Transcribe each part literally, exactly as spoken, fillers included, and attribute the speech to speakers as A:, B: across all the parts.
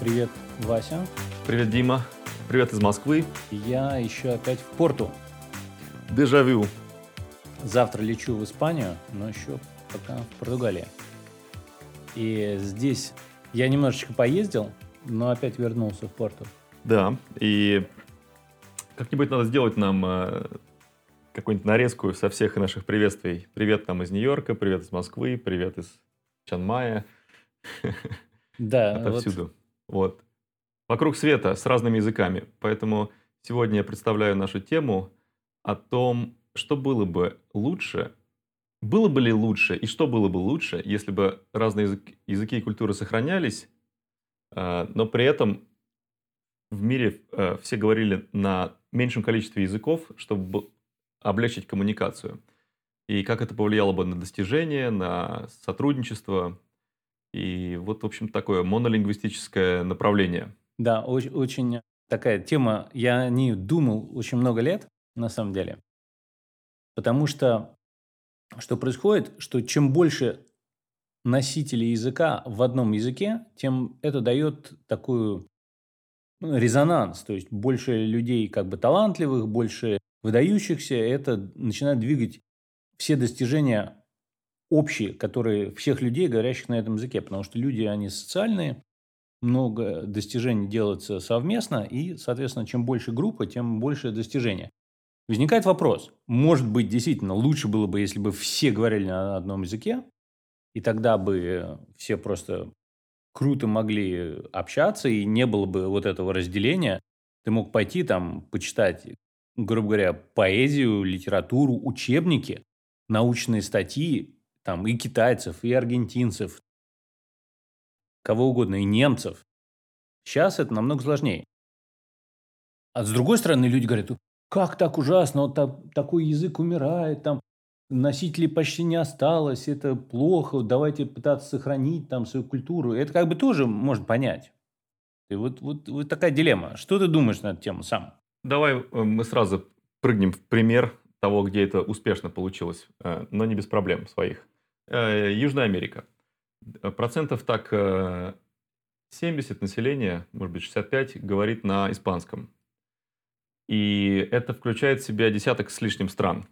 A: Привет, Вася.
B: Привет, Дима. Привет из Москвы.
A: Я еще опять в Порту.
B: Дежавю.
A: Завтра лечу в Испанию, но еще пока в Португалии. И здесь я немножечко поездил, но опять вернулся в Порту.
B: Да, и как-нибудь надо сделать нам э, какую-нибудь нарезку со всех наших приветствий. Привет нам из Нью-Йорка, привет из Москвы, привет из Чанмая.
A: Да,
B: Отовсюду. Вот. Вокруг света с разными языками. Поэтому сегодня я представляю нашу тему о том, что было бы лучше, было бы ли лучше и что было бы лучше, если бы разные язык, языки и культуры сохранялись, э, но при этом в мире э, все говорили на меньшем количестве языков, чтобы облегчить коммуникацию. И как это повлияло бы на достижения, на сотрудничество. И вот, в общем, такое монолингвистическое направление.
A: Да, очень, очень такая тема, я о ней думал очень много лет, на самом деле. Потому что, что происходит, что чем больше носителей языка в одном языке, тем это дает такую ну, резонанс. То есть больше людей как бы талантливых, больше выдающихся, это начинает двигать все достижения общие, которые всех людей, говорящих на этом языке. Потому что люди, они социальные, много достижений делается совместно, и, соответственно, чем больше группа, тем больше достижения. Возникает вопрос, может быть, действительно лучше было бы, если бы все говорили на одном языке, и тогда бы все просто круто могли общаться, и не было бы вот этого разделения. Ты мог пойти там почитать, грубо говоря, поэзию, литературу, учебники, научные статьи там и китайцев, и аргентинцев, кого угодно, и немцев. Сейчас это намного сложнее. А с другой стороны, люди говорят, как так ужасно, вот та- такой язык умирает, там носителей почти не осталось, это плохо, давайте пытаться сохранить там свою культуру. Это как бы тоже можно понять. И вот, вот, вот такая дилемма. Что ты думаешь на эту тему сам?
B: Давай э, мы сразу прыгнем в пример того, где это успешно получилось, э, но не без проблем своих. Э, Южная Америка. Э, Процентов так э, семьдесят населения, может быть шестьдесят пять, говорит на испанском. И это включает в себя десяток с лишним стран.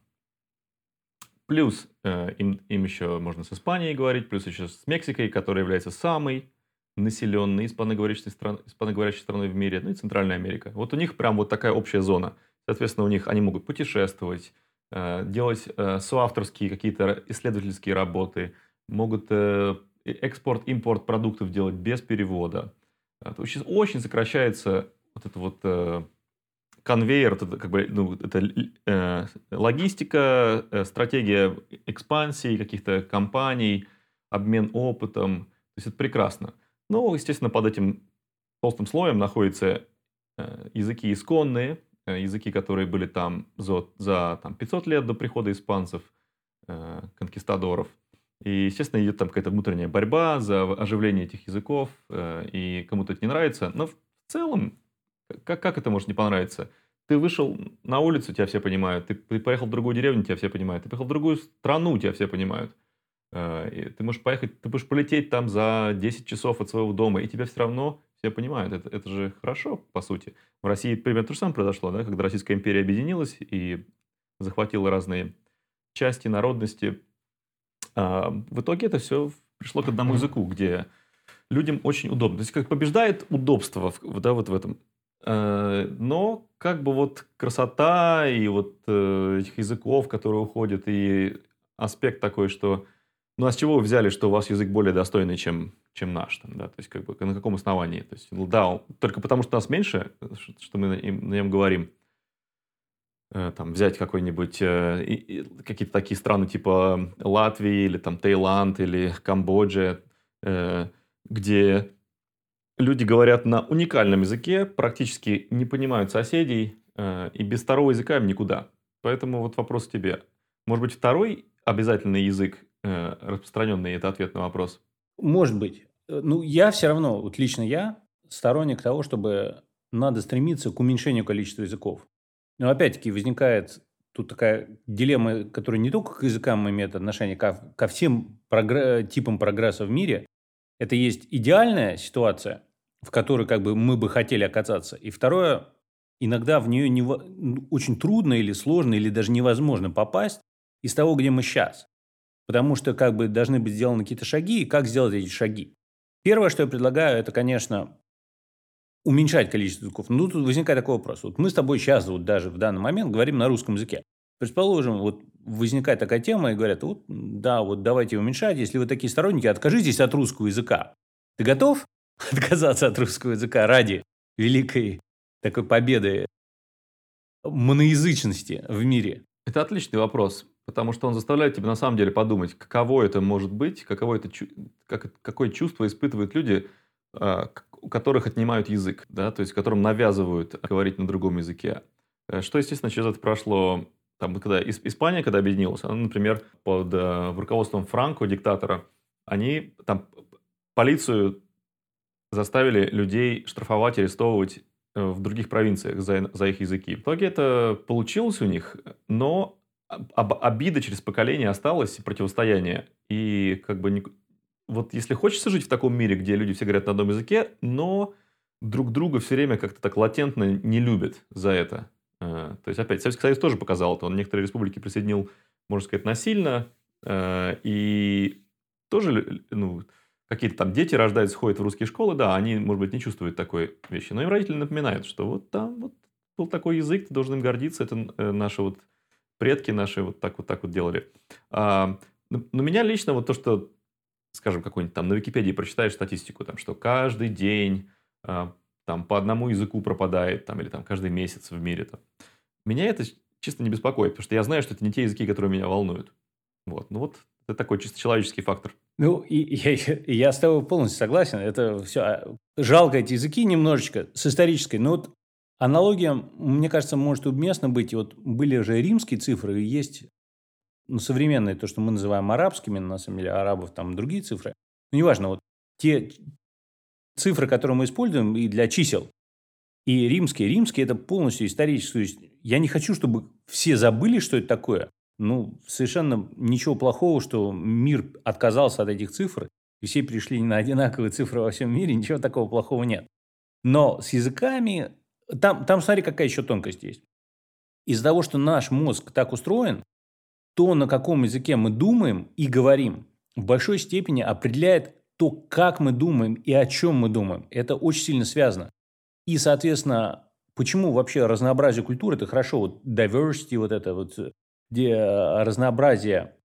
B: Плюс э, им, им еще можно с Испанией говорить, плюс еще с Мексикой, которая является самой населенной испаноговорящей, стран, испаноговорящей страной в мире, ну и Центральная Америка. Вот у них прям вот такая общая зона. Соответственно, у них они могут путешествовать, э, делать э, соавторские какие-то исследовательские работы, могут э, экспорт-импорт продуктов делать без перевода. Это очень, очень сокращается вот это вот... Э, конвейер, это как бы, ну, это э, логистика, э, стратегия экспансии каких-то компаний, обмен опытом. То есть это прекрасно. Но, естественно, под этим толстым слоем находятся э, языки исконные, э, языки, которые были там за, за там, пятьсот лет до прихода испанцев, э, конкистадоров. И, естественно, идет там какая-то внутренняя борьба за оживление этих языков, э, и кому-то это не нравится. Но в целом, как, как это может не понравиться? Ты вышел на улицу, тебя все понимают. Ты, ты поехал в другую деревню, тебя все понимают. Ты поехал в другую страну, тебя все понимают. Э, и ты можешь поехать, ты можешь полететь там за десять часов от своего дома, и тебя все равно все понимают. Это, это же хорошо, по сути. В России примерно то же самое произошло, да, когда Российская империя объединилась и захватила разные части, народности. А в итоге это все пришло к одному языку, где людям очень удобно. То есть, как побеждает удобство, в- да, вот в этом. Э, Но как бы вот красота и вот э, этих языков, которые уходят, и аспект такой, что ну а с чего вы взяли, что у вас язык более достойный, чем, чем наш, там, да, то есть как бы на каком основании? То есть, ну, да, он- только потому что нас меньше, ш- что мы на, им- на нем говорим. Э, там взять какой-нибудь э, и- и какие-то такие страны типа Латвии или там Таиланд или Камбоджа, э, где люди говорят на уникальном языке, практически не понимают соседей, э, и без второго языка им никуда. Поэтому вот вопрос тебе. Может быть, второй обязательный язык, э, распространенный, это ответ на вопрос?
A: Может быть. Э, Ну, я все равно, вот лично я, сторонник того, чтобы надо стремиться к уменьшению количества языков. Но опять-таки возникает тут такая дилемма, которая не только к языкам имеет отношение, ко, ко всем прогре- типам прогресса в мире. Это есть идеальная ситуация, в которой как бы мы бы хотели оказаться. И второе, иногда в нее нево- ну, очень трудно или сложно, или даже невозможно попасть из того, где мы сейчас. Потому что как бы должны быть сделаны какие-то шаги, и как сделать эти шаги. Первое, что я предлагаю, это, конечно, уменьшать количество языков. Ну, тут возникает такой вопрос. Вот мы с тобой сейчас, вот даже в данный момент, говорим на русском языке. Предположим, вот возникает такая тема, и говорят, вот, да, вот давайте уменьшать, если вы такие сторонники, откажитесь от русского языка. Ты готов отказаться от русского языка ради великой такой победы моноязычности в мире?
B: Это отличный вопрос, потому что он заставляет тебя на самом деле подумать, каково это может быть, каково это, чу- как, это- какое чувство испытывают люди, а, к- у которых отнимают язык, да, то есть которым навязывают говорить на другом языке. Э, Что, естественно, через это прошло, там, когда Ис- Испания, когда объединилась, она, например, под э, руководством Франко, диктатора, они там полицию заставили людей штрафовать, арестовывать э, в других провинциях за, за их языки. В итоге это получилось у них, но об- об- обида через поколение осталась, и противостояние. И как бы ник- вот если хочется жить в таком мире, где люди все говорят на одном языке, но друг друга все время как-то так латентно не любят за это. Э, То есть, опять, Советский Союз тоже показал это. Он некоторые республики присоединил, можно сказать, насильно. э, И тоже, лю- ну, какие-то там дети рождаются, ходят в русские школы, да, они, может быть, не чувствуют такой вещи. Но им родители напоминают, что вот там вот был такой язык, ты должен им гордиться, это э, наши вот предки наши вот так вот так вот делали. А, но но меня лично вот то, что, скажем, какой-нибудь там на Википедии прочитаешь статистику, там, что каждый день а, там по одному языку пропадает, там, или там каждый месяц в мире. Там. Меня это чисто не беспокоит, потому что я знаю, что это не те языки, которые меня волнуют. Вот. Ну вот это такой чисто человеческий фактор.
A: Ну, и, и я, и я с тобой полностью согласен. Это все жалко эти языки немножечко с исторической. Но вот аналогия, мне кажется, может уместно быть. Вот были же римские цифры, и есть ну, современные, то, что мы называем арабскими, на самом деле, арабов там другие цифры. Ну, неважно, вот те цифры, которые мы используем и для чисел, и римские. Римские – это полностью исторические. То есть, я не хочу, чтобы все забыли, что это такое. Ну, совершенно ничего плохого, что мир отказался от этих цифр, и все пришли на одинаковые цифры во всем мире, ничего такого плохого нет. Но с языками, там, там смотри, какая еще тонкость есть. Из-за того, что наш мозг так устроен, то, на каком языке мы думаем и говорим, в большой степени определяет то, как мы думаем и о чем мы думаем. Это очень сильно связано. И, соответственно, почему вообще разнообразие культур – это хорошо, вот diversity, вот это вот, э, где э, разнообразие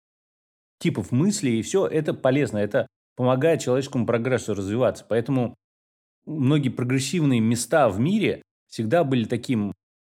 A: типов мыслей и все, это полезно, это помогает человеческому прогрессу развиваться. Поэтому многие прогрессивные места в мире всегда были таким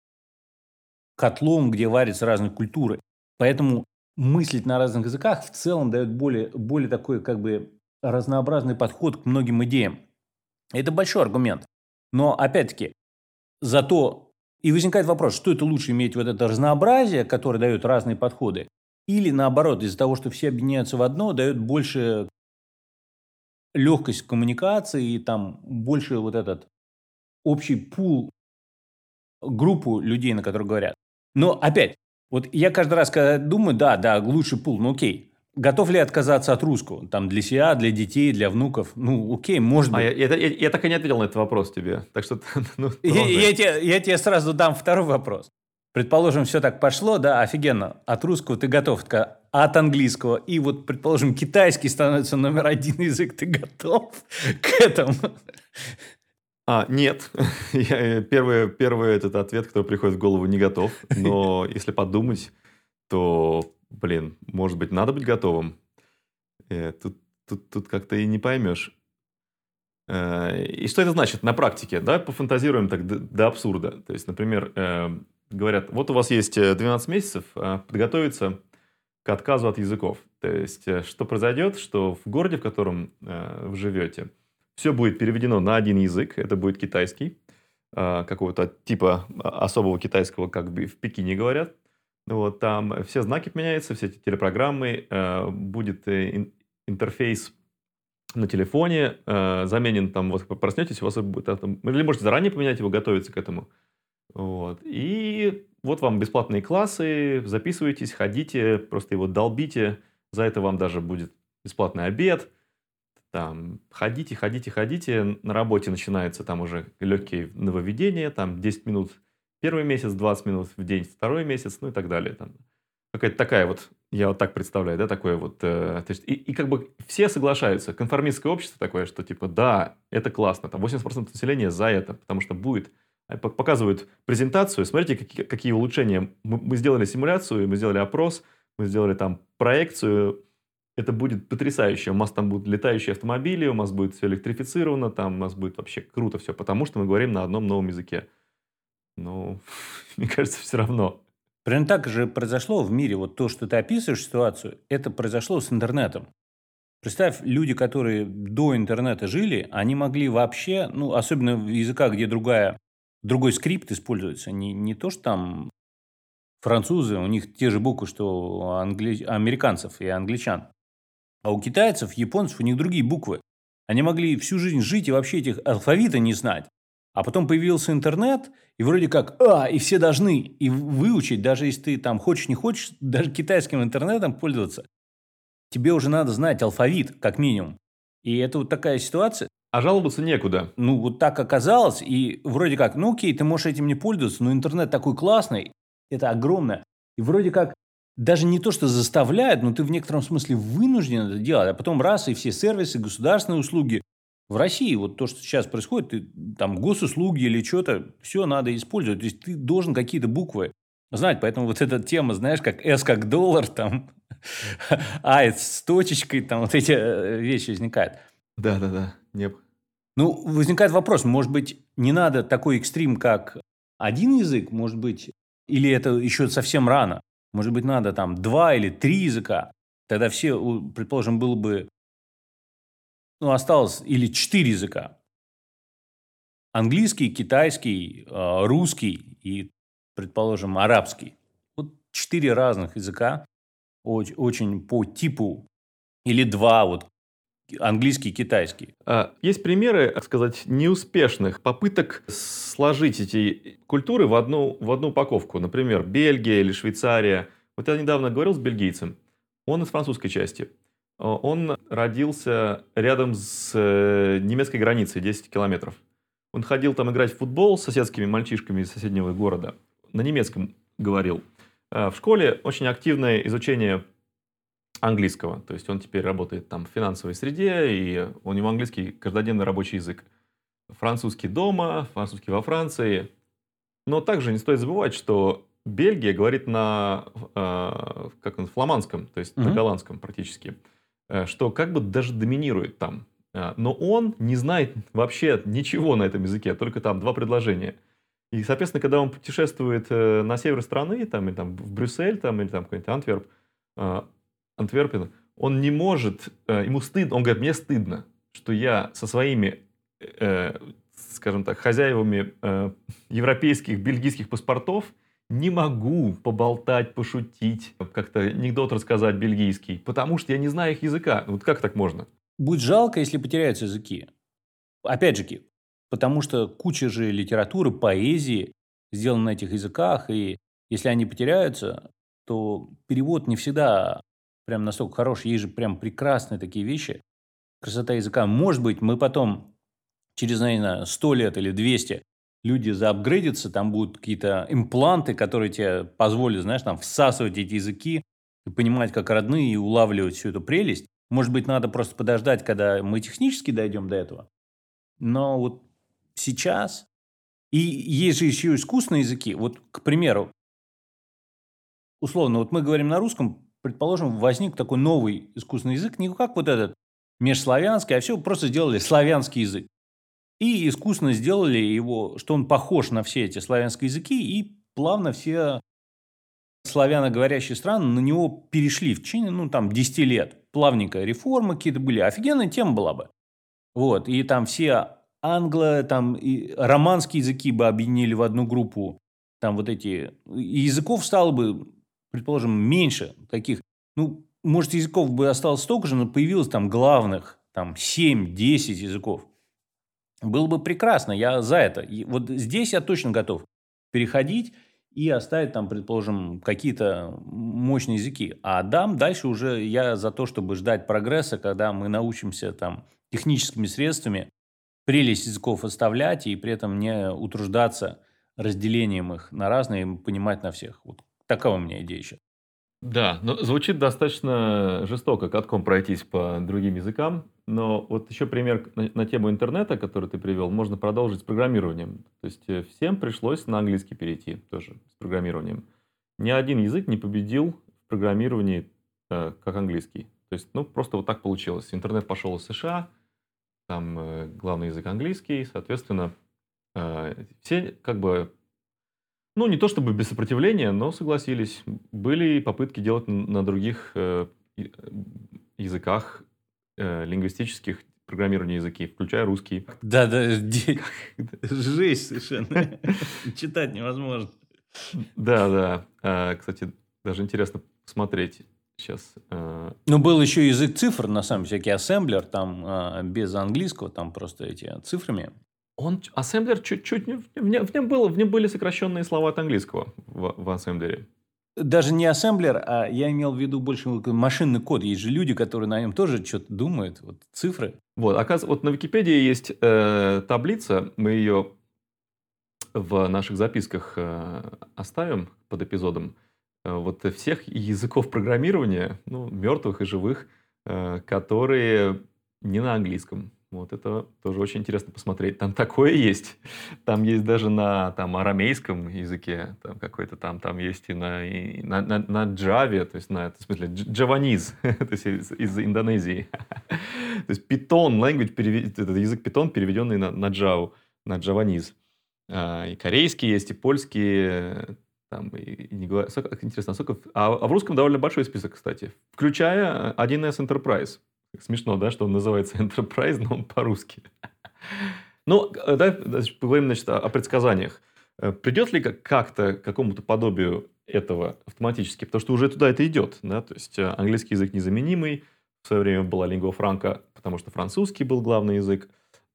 A: котлом, где варятся разные культуры. Поэтому мыслить на разных языках в целом дает более, более такой как бы разнообразный подход к многим идеям. Это большой аргумент. Но, опять-таки, зато и возникает вопрос, что это лучше иметь вот это разнообразие, которое дает разные подходы, или наоборот, из-за того, что все объединяются в одно, дает больше легкость в коммуникации и там больше вот этот общий пул, группу людей, на которых говорят. Но опять, вот я каждый раз, когда думаю, да, да, лучший пул, ну окей, готов ли я отказаться от русского? Там для себя, для детей, для внуков? Ну окей, может
B: А
A: быть.
B: я, я, я- я так и не ответил на этот вопрос тебе. Так что, ну,
A: Я,
B: продолжай.
A: я тебе, я тебе сразу дам второй вопрос. Предположим, все так пошло, да, офигенно. От русского ты готов, ка- а от английского. И вот, предположим, китайский становится номер один язык. Ты готов к этому?
B: А, нет. Я, э, первый, первый этот ответ, который приходит в голову, не готов. Но если подумать, то, блин, может быть, надо быть готовым. Э, Тут, тут, тут как-то и не поймешь. Э, И что это значит на практике? Да, пофантазируем так до, до абсурда. То есть, например, э, говорят, вот у вас есть э, двенадцать месяцев а, подготовиться к отказу от языков. То есть, э, что произойдет, что в городе, в котором э, вы живете, все будет переведено на один язык, это будет китайский, э, какого-то типа а, особого китайского, как бы в Пекине говорят. Вот, там все знаки поменяются, все эти телепрограммы, э, будет э, ин- интерфейс на телефоне, э, заменен там, вот вы проснетесь, у вас будет, а, там, или можете заранее поменять его, готовиться к этому. Вот. И вот вам бесплатные классы, записывайтесь, ходите, просто его долбите, за это вам даже будет бесплатный обед, Там ходите, ходите, ходите. На работе начинается там уже легкие нововведения. Там десять минут первый месяц, двадцать минут в день второй месяц, ну и так далее. Там какая-то такая вот, я вот так представляю, да, такое вот. Э, то есть, и, и как бы все соглашаются. Конформистское общество такое, что типа, да, это классно. Там восемьдесят процентов населения за это, потому что будет. Показывают презентацию, смотрите, какие, какие улучшения. Мы, мы сделали симуляцию, мы сделали опрос, мы сделали там проекцию. Это будет потрясающе. У нас там будут летающие автомобили, у нас будет все электрифицировано, там у нас будет вообще круто все, потому что мы говорим на одном новом языке. Ну, мне кажется, все равно.
A: Примерно так же произошло в мире. Вот то, что ты описываешь ситуацию, это произошло с интернетом. Представь, люди, которые до интернета жили, они могли вообще, ну, особенно в языках, где другая, другой скрипт используется, не, не то, что там французы, у них те же буквы, что у англи... американцев и англичан. А у китайцев, японцев, у них другие буквы. Они могли всю жизнь жить и вообще этих алфавита не знать. А потом появился интернет, и вроде как, а, и все должны и выучить, даже если ты там хочешь, не хочешь, даже китайским интернетом пользоваться. Тебе уже надо знать алфавит, как минимум. И это вот такая ситуация.
B: А жаловаться некуда.
A: Ну, вот так оказалось, и вроде как, ну окей, ты можешь этим не пользоваться, но интернет такой классный, это огромное. И вроде как даже не то, что заставляют, но ты в некотором смысле вынужден это делать. А потом раз, и все сервисы, государственные услуги. В России вот то, что сейчас происходит, ты, там госуслуги или что-то, все надо использовать. То есть ты должен какие-то буквы знать. Поэтому вот эта тема, знаешь, как S как доллар, там, А с точечкой, там вот эти вещи возникают.
B: Да-да-да. Нет.
A: Ну, возникает вопрос, может быть, не надо такой экстрим, как один язык, может быть, или это еще совсем рано. Может быть, надо там два или три языка. Тогда все, предположим, было бы, ну, осталось или четыре языка. Английский, китайский, русский и, предположим, арабский. Вот четыре разных языка, очень, очень по типу, или два, вот английский, китайский.
B: Есть примеры, так сказать, неуспешных попыток сложить эти культуры в одну, в одну упаковку. Например, Бельгия или Швейцария. Вот я недавно говорил с бельгийцем. Он из французской части. Он родился рядом с немецкой границей, десять километров. Он ходил там играть в футбол с соседскими мальчишками из соседнего города. На немецком говорил. В школе очень активное изучение английского. То есть он теперь работает там в финансовой среде, и у него английский каждодневный рабочий язык. Французский дома, французский во Франции. Но также не стоит забывать, что Бельгия говорит на э, как он, фламандском, то есть угу. на голландском практически, что как бы даже доминирует там. Но он не знает вообще ничего на этом языке, только там два предложения. И, соответственно, когда он путешествует на север страны, там, или там, в Брюссель, там, или там какой-нибудь Антверп, Антверпен, он не может, ему стыдно, он говорит, мне стыдно, что я со своими, э, скажем так, хозяевами э, европейских, бельгийских паспортов не могу поболтать, пошутить, как-то анекдот рассказать бельгийский, потому что я не знаю их языка. Вот как так можно?
A: Будет жалко, если потеряются языки. Опять же, потому что куча же литературы, поэзии сделана на этих языках, и если они потеряются, то перевод не всегда прям настолько хороший. Есть же прям прекрасные такие вещи. Красота языка. Может быть, мы потом через, наверное, сто лет или двести люди заапгрейдятся, там будут какие-то импланты, которые тебе позволят, знаешь, там всасывать эти языки и понимать как родные и улавливать всю эту прелесть. Может быть, надо просто подождать, когда мы технически дойдем до этого. Но вот сейчас... И есть же еще искусственные языки. Вот, к примеру, условно, вот мы говорим на русском, предположим, возник такой новый искусственный язык, не как вот этот межславянский, а все просто сделали славянский язык. И искусственно сделали его, что он похож на все эти славянские языки, и плавно все славяноговорящие страны на него перешли в течение, ну, там, десяти лет. Плавненько реформы какие-то были. Офигенная тема была бы. Вот. И там все англо, там, и романские языки бы объединили в одну группу. Там вот эти... И языков стало бы, предположим, меньше таких. Ну, может, языков бы осталось столько же, но появилось там главных, там, семь-десять языков. Было бы прекрасно, я за это. И вот здесь я точно готов переходить и оставить там, предположим, какие-то мощные языки. А дам дальше уже я за то, чтобы ждать прогресса, когда мы научимся там техническими средствами прелесть языков оставлять и при этом не утруждаться разделением их на разные и понимать на всех. Вот такая у меня идея еще.
B: Да, но звучит достаточно жестоко катком пройтись по другим языкам. Но вот еще пример на, на тему интернета, который ты привел, можно продолжить с программированием. То есть э, всем пришлось на английский перейти тоже с программированием. Ни один язык не победил в программировании э, как английский. То есть, ну, просто вот так получилось. Интернет пошел из США, там э, главный язык английский, соответственно, э, все как бы, ну, не то чтобы без сопротивления, но согласились. Были попытки делать н- на других э, и- э, языках э, лингвистических программирования языки, включая русский.
A: Да, да, ди- жесть совершенно. Читать невозможно.
B: Да, да. А, Кстати, даже интересно посмотреть сейчас. э,
A: Ну, был еще язык цифр, на самом деле, всякий ассемблер, там а, без английского, там просто эти цифрами.
B: Он, ч- ассемблер чуть-чуть, не- в нем, в нем было, в нем были сокращенные слова от английского в, в ассемблере.
A: Даже не ассемблер, а я имел в виду больше машинный код. Есть же люди, которые на нем тоже что-то думают, вот цифры.
B: Вот, оказывается, вот на Википедии есть э, таблица, мы ее в наших записках э, оставим под эпизодом. Э, вот всех языков программирования, ну, мертвых и живых, э, которые не на английском. Вот это тоже очень интересно посмотреть. Там такое есть. Там есть даже на там, арамейском языке, там какой-то там, там есть и на, и на, на, на Java, то есть на, в смысле, дж- джаванese, то есть из, из Индонезии. То есть Python, language, переве- этот язык Python, переведенный на, на Java, на джаванese. А, И корейские есть, и польские, там, и, и не говоря, сколько- интересно, а, сколько- а а в русском довольно большой список, кстати, включая один эс Enterprise. Смешно, да, что он называется Enterprise, но он по-русски. Ну, э, давай значит, поговорим, значит, о, о предсказаниях. Э, Придет ли как- как-то к какому-то подобию этого автоматически? Потому что уже туда это идет, да, то есть э, английский язык незаменимый, в свое время была лингва франка, потому что французский был главный язык,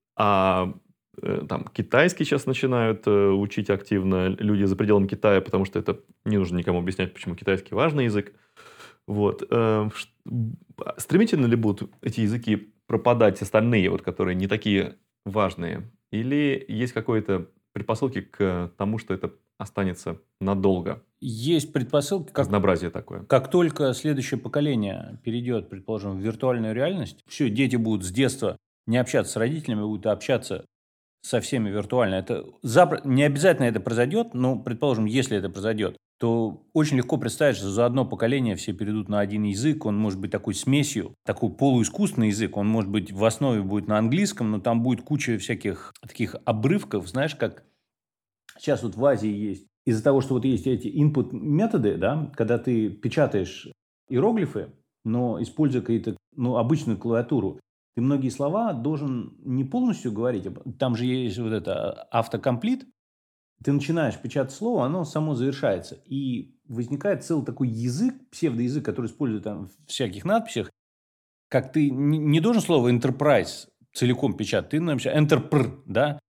B: а э, там китайский сейчас начинают э, учить активно люди за пределами Китая, потому что это не нужно никому объяснять, почему китайский важный язык. Вот. э, ш- м, а Стремительно ли будут эти языки пропадать, остальные, вот, которые не такие важные? Или есть какие-то предпосылки к тому, что это останется надолго?
A: Есть предпосылки, как,
B: Разнообразие такое.
A: как только следующее поколение перейдет, предположим, в виртуальную реальность, все, дети будут с детства не общаться с родителями, будут общаться со всеми виртуально. Это запр- не обязательно это произойдет, но, предположим, если это произойдет, то очень легко представить, что за одно поколение все перейдут на один язык, он может быть такой смесью, такой полуискусственный язык, он может быть в основе будет на английском, но там будет куча всяких таких обрывков, знаешь, как сейчас вот в Азии есть. Из-за того, что вот есть эти input методы, да, когда ты печатаешь иероглифы, но используя какие-то, ну, обычную клавиатуру, ты многие слова должен не полностью говорить, а п- там же есть вот это автокомплит, ты начинаешь печатать слово, оно само завершается. И возникает целый такой язык, псевдоязык, который используют там в всяких надписях, как ты не не должен слово enterprise целиком печатать, ты напишешь enterpr, да,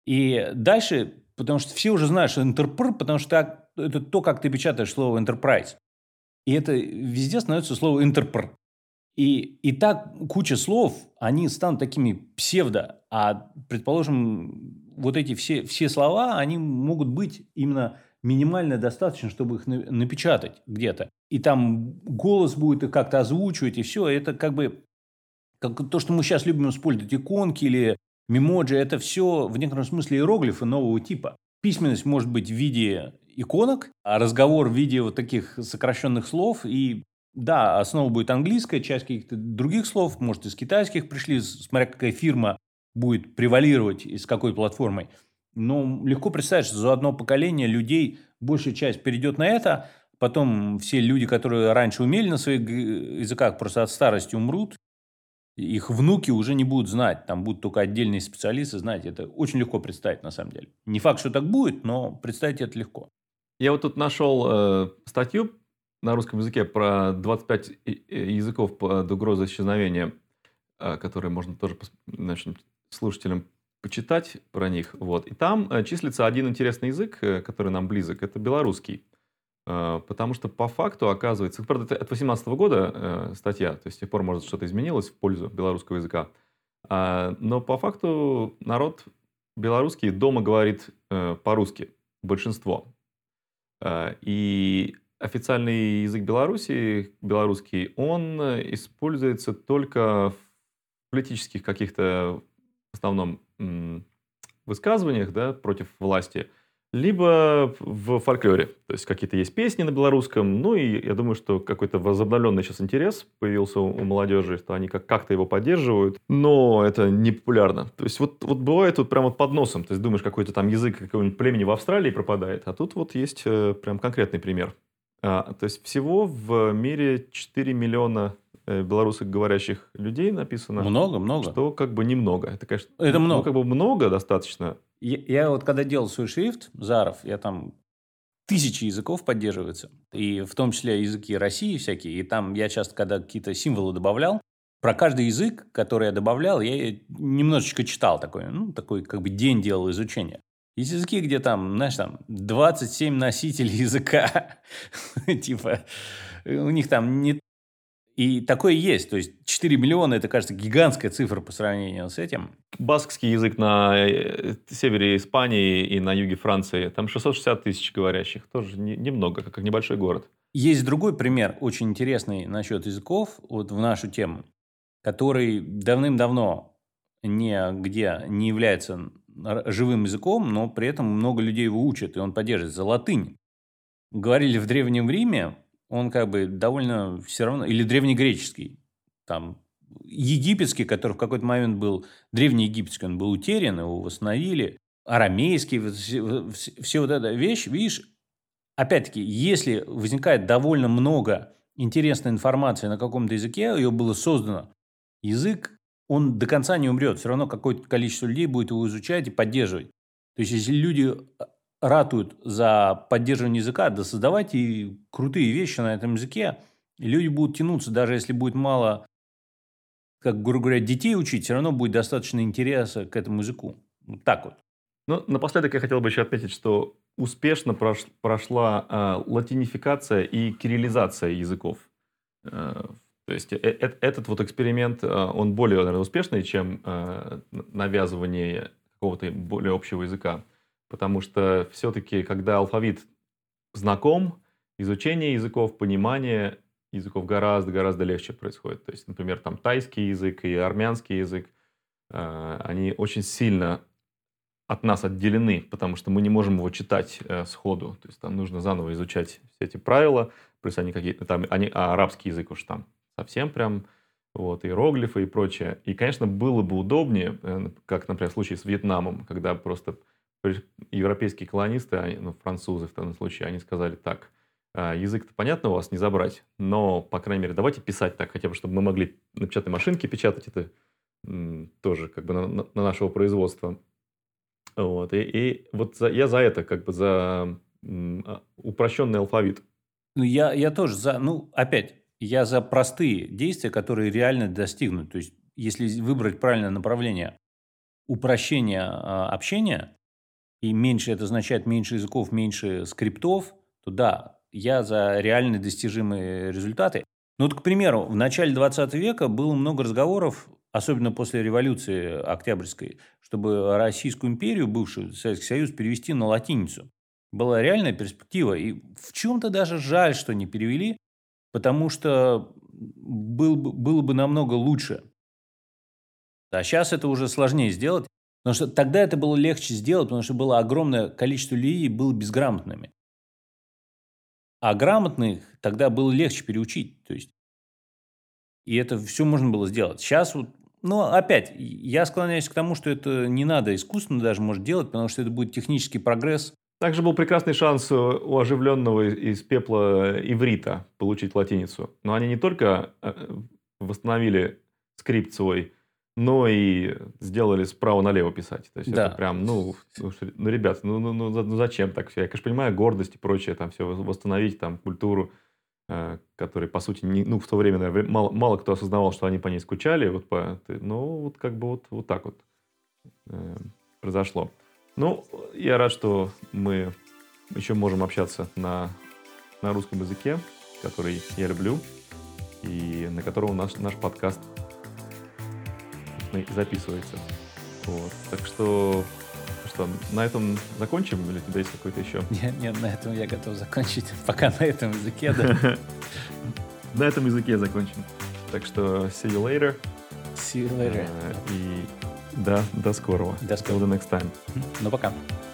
A: и дальше, потому что все уже знают, что enterpr, потому что так- это то, как ты печатаешь слово enterprise. И это везде становится слово enterpr. И, и так куча слов, они станут такими псевдо. А, предположим, вот эти все, все слова, они могут быть именно минимально достаточно, чтобы их на- напечатать где-то. И там голос будет их как-то озвучивать, и все. Это как бы как то, что мы сейчас любим использовать, иконки или мемоджи, это все в некотором смысле иероглифы нового типа. Письменность может быть в виде иконок, а разговор в виде вот таких сокращенных слов. И да, основа будет английская, часть каких-то других слов, может, из китайских пришли, с- смотря какая фирма будет превалировать и с какой платформой. Но легко представить, что за одно поколение людей большая часть перейдет на это, потом все люди, которые раньше умели на своих г- языках, просто от старости умрут, их внуки уже не будут знать, там будут только отдельные специалисты знать. Это очень легко представить на самом деле. Не факт, что так будет, но представить это легко.
B: Я вот тут нашел э, статью на русском языке про двадцать пять и- и- языков под угрозой исчезновения, э, которые можно тоже пос- нашим слушателям почитать про них. Вот. И там э, числится один интересный язык, э, который нам близок, это белорусский. Э, Потому что по факту оказывается, правда, это от восемнадцатого года э, статья, то есть с тех пор, может, что-то изменилось в пользу белорусского языка. А, но по факту народ белорусский дома говорит э, по-русски, большинство. А, и официальный язык Беларуси, белорусский, он э, используется только в политических каких-то, в основном, м, высказываниях, да, против власти, либо в фольклоре. То есть какие-то есть песни на белорусском. Ну и я думаю, что какой-то возобновленный сейчас интерес появился у, у молодежи, что они как- как-то его поддерживают. Но это не популярно. То есть вот, вот бывает вот прям вот под носом. То есть думаешь, какой-то там язык какого-нибудь племени в Австралии пропадает. А тут вот есть э, прям конкретный пример. А, то есть всего в мире четыре миллиона э, белорусскоговорящих людей написано,
A: Много, много.
B: что как бы немного. Это, конечно,
A: Это
B: ну,
A: много.
B: как бы много достаточно.
A: Я, я вот когда делал свой шрифт, Заров, я там тысячи языков поддерживается, и в том числе языки России всякие, и там я часто, когда какие-то символы добавлял, про каждый язык, который я добавлял, я немножечко читал такой, ну, такой как бы день делал изучения. Есть языки, где там, знаешь, там двадцать семь носителей языка, типа, у них там не... И такое есть, то есть четыре миллиона, это, кажется, гигантская цифра по сравнению с этим.
B: Баскский язык на э, севере Испании и на юге Франции, там шестьсот шестьдесят тысяч говорящих, тоже не- немного, как небольшой город.
A: Есть другой пример, очень интересный насчет языков, вот в нашу тему, который давным-давно нигде не является р- живым языком, но при этом много людей его учат, и он поддерживается. Латынь. Говорили в Древнем Риме, он как бы довольно все равно... Или древнегреческий. Там египетский, который в какой-то момент был... Древнеегипетский, он был утерян, его восстановили. Арамейский, вот все, все- все вот эта вещь, видишь, опять-таки, если возникает довольно много интересной информации на каком-то языке, ее было создано, язык, он до конца не умрет. Все равно какое-то количество людей будет его изучать и поддерживать. То есть, если люди ратуют за поддерживание языка, да создавайте крутые вещи на этом языке, и люди будут тянуться, даже если будет мало, как, грубо говоря, детей учить, все равно будет достаточно интереса к этому языку. Вот так вот.
B: Ну, напоследок я хотел бы еще отметить, что успешно прош- прошла а, латинификация и кириллизация языков. Э, То есть э- э- этот вот эксперимент, а, он более, наверное, успешный, чем а, н- навязывание какого-то более общего языка. Потому что все-таки, когда алфавит знаком, изучение языков, понимание языков гораздо-гораздо легче происходит. То есть, например, там тайский язык и армянский язык, а, они очень сильно от нас отделены, потому что мы не можем его читать э, сходу. То есть там нужно заново изучать все эти правила, плюс они какие-то там, они, а арабский язык уж там совсем прям, вот, иероглифы и прочее. И, конечно, было бы удобнее, э, как, например, в случае с Вьетнамом, когда просто при- европейские колонисты, они, ну, французы в данном случае, они сказали так: «А, язык-то, понятно, у вас не забрать, но, по крайней мере, давайте писать так, хотя бы, чтобы мы могли на печатной машинке печатать это м, тоже как бы на, на- на нашего производства». Вот, и, и вот за- я за это, как бы за м, а, упрощенный алфавит.
A: Ну, я, я тоже за, ну, опять, я за простые действия, которые реально достигнут. То есть, если выбрать правильное направление упрощения а, общения, и меньше это означает меньше языков, меньше скриптов, то да, я за реально достижимые результаты. Ну, вот, к примеру, в начале двадцатого века было много разговоров, особенно после революции Октябрьской, чтобы Российскую империю, бывшую Советский Союз, перевести на латиницу. Была реальная перспектива. И в чем-то даже жаль, что не перевели, потому что был бы, было бы намного лучше. А сейчас это уже сложнее сделать, потому что тогда это было легче сделать, потому что было огромное количество людей было безграмотными. А грамотных тогда было легче переучить. То есть, и это все можно было сделать. Сейчас вот, ну, опять, я склоняюсь к тому, что это не надо искусственно даже, может, делать, потому что это будет технический прогресс.
B: Также был прекрасный шанс у у оживленного из пепла иврита получить латиницу. Но они не только э, восстановили скрипт свой, но и сделали справа налево писать. То есть это
A: Да.
B: прям, ну, ну, ш- ну, ребят, ну, ну, ну, за- ну зачем так все? Я, конечно, понимаю, гордость и прочее, там все восстановить, там культуру, э, которой, по сути, не, ну, в то время, наверное, мало, мало кто осознавал, что они по ней скучали, вот по, ты- ну, вот как бы вот, вот так вот э, произошло. Ну, я рад, что мы еще можем общаться на, на русском языке, который я люблю, и на котором наш, наш подкаст интересный и записывается. Вот. Так что, что, на этом закончим? Или у тебя есть какой-то еще?
A: Нет, нет, на этом я готов закончить. Пока на этом языке, да.
B: На этом языке закончим. Так что see you later.
A: See you later.
B: И да, до скорого.
A: До скорого.
B: Till the next time.
A: Ну, пока.